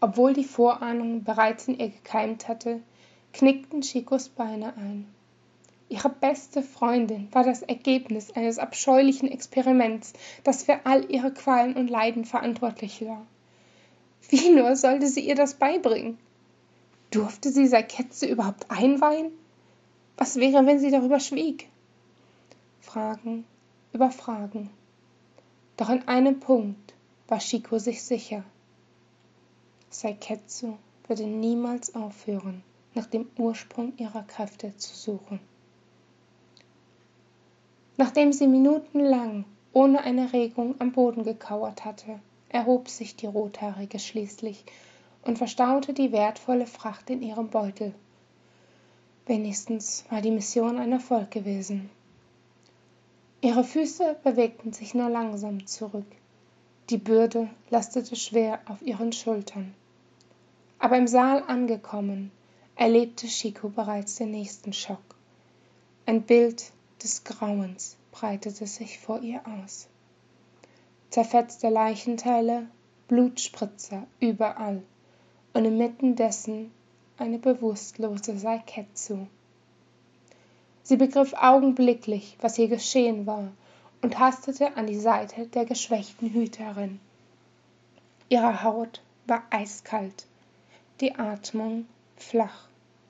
Obwohl die Vorahnung bereits in ihr gekeimt hatte, knickten Chicos Beine ein. Ihre beste Freundin war das Ergebnis eines abscheulichen Experiments, das für all ihre Qualen und Leiden verantwortlich war. Wie nur sollte sie ihr das beibringen? Durfte sie Saiketsu überhaupt einweihen? Was wäre, wenn sie darüber schwieg? Fragen über Fragen. Doch in einem Punkt war Chico sich sicher. Saiketsu würde niemals aufhören, nach dem Ursprung ihrer Kräfte zu suchen. Nachdem sie minutenlang ohne eine Regung am Boden gekauert hatte, erhob sich die Rothaarige schließlich und verstaute die wertvolle Fracht in ihrem Beutel. Wenigstens war die Mission ein Erfolg gewesen. Ihre Füße bewegten sich nur langsam zurück. Die Bürde lastete schwer auf ihren Schultern. Aber im Saal angekommen, erlebte Chico bereits den nächsten Schock. Ein Bild des Grauens breitete sich vor ihr aus. Zerfetzte Leichenteile, Blutspritzer überall und inmitten dessen eine bewusstlose Saiketsu. Sie begriff augenblicklich, was hier geschehen war, und hastete an die Seite der geschwächten Hüterin. Ihre Haut war eiskalt, die Atmung flach.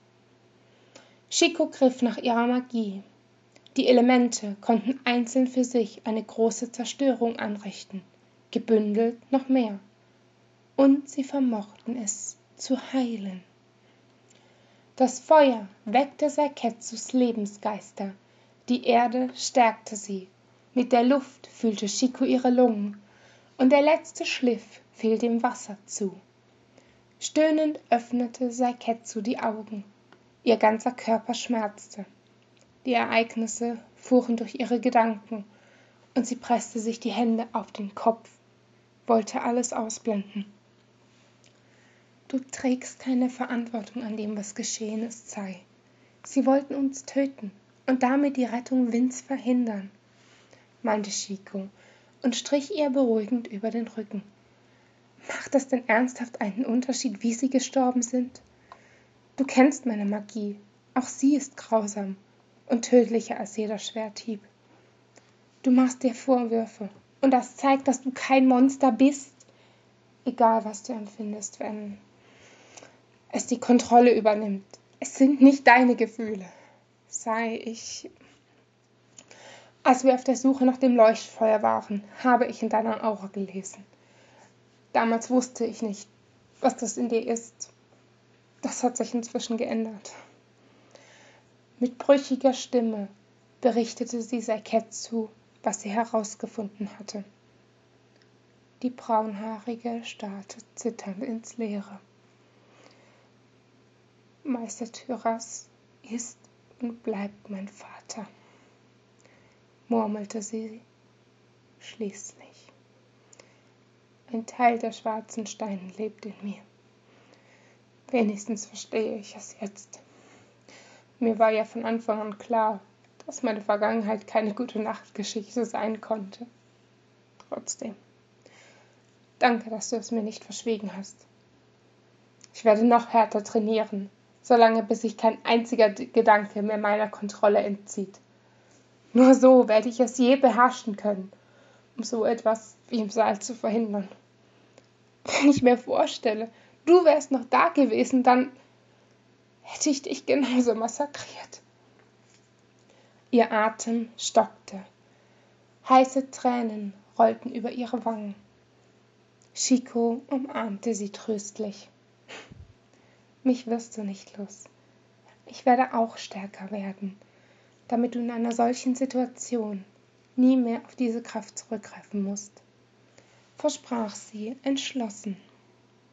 Chico griff nach ihrer Magie. Die Elemente konnten einzeln für sich eine große Zerstörung anrichten, gebündelt noch mehr. Und sie vermochten es zu heilen. Das Feuer weckte Saiketsus Lebensgeister, die Erde stärkte sie, mit der Luft füllte Chico ihre Lungen, und der letzte Schliff fiel dem Wasser zu. Stöhnend öffnete Saiketsu die Augen, ihr ganzer Körper schmerzte. Die Ereignisse fuhren durch ihre Gedanken, und sie presste sich die Hände auf den Kopf, wollte alles ausblenden. Du trägst keine Verantwortung an dem, was geschehen ist, Sai. Sie wollten uns töten und damit die Rettung Vins verhindern, meinte Chico und strich ihr beruhigend über den Rücken. Macht es denn ernsthaft einen Unterschied, wie sie gestorben sind? Du kennst meine Magie, auch sie ist grausam und tödlicher als jeder Schwerthieb. Du machst dir Vorwürfe und das zeigt, dass du kein Monster bist. Egal, was du empfindest, wenn es die Kontrolle übernimmt. Es sind nicht deine Gefühle. Als wir auf der Suche nach dem Leuchtfeuer waren, habe ich in deiner Aura gelesen. Damals wusste ich nicht, was das in dir ist. Das hat sich inzwischen geändert. Mit brüchiger Stimme berichtete sie Saiketsu, was sie herausgefunden hatte. Die Braunhaarige starrte zitternd ins Leere. Meister Tyras ist und bleibt mein Vater, murmelte sie schließlich. Ein Teil der schwarzen Steine lebt in mir. Wenigstens verstehe ich es jetzt. Mir war ja von Anfang an klar, dass meine Vergangenheit keine gute Nachtgeschichte sein konnte. Trotzdem. Danke, dass du es mir nicht verschwiegen hast. Ich werde noch härter trainieren, solange bis sich kein einziger Gedanke mehr meiner Kontrolle entzieht. Nur so werde ich es je beherrschen können, um so etwas wie im Saal zu verhindern. Wenn ich mir vorstelle, du wärst noch da gewesen, dann hätte ich dich genauso massakriert. Ihr Atem stockte. Heiße Tränen rollten über ihre Wangen. Chico umarmte sie tröstlich. Mich wirst du nicht los. Ich werde auch stärker werden, damit du in einer solchen Situation nie mehr auf diese Kraft zurückgreifen musst, versprach sie entschlossen.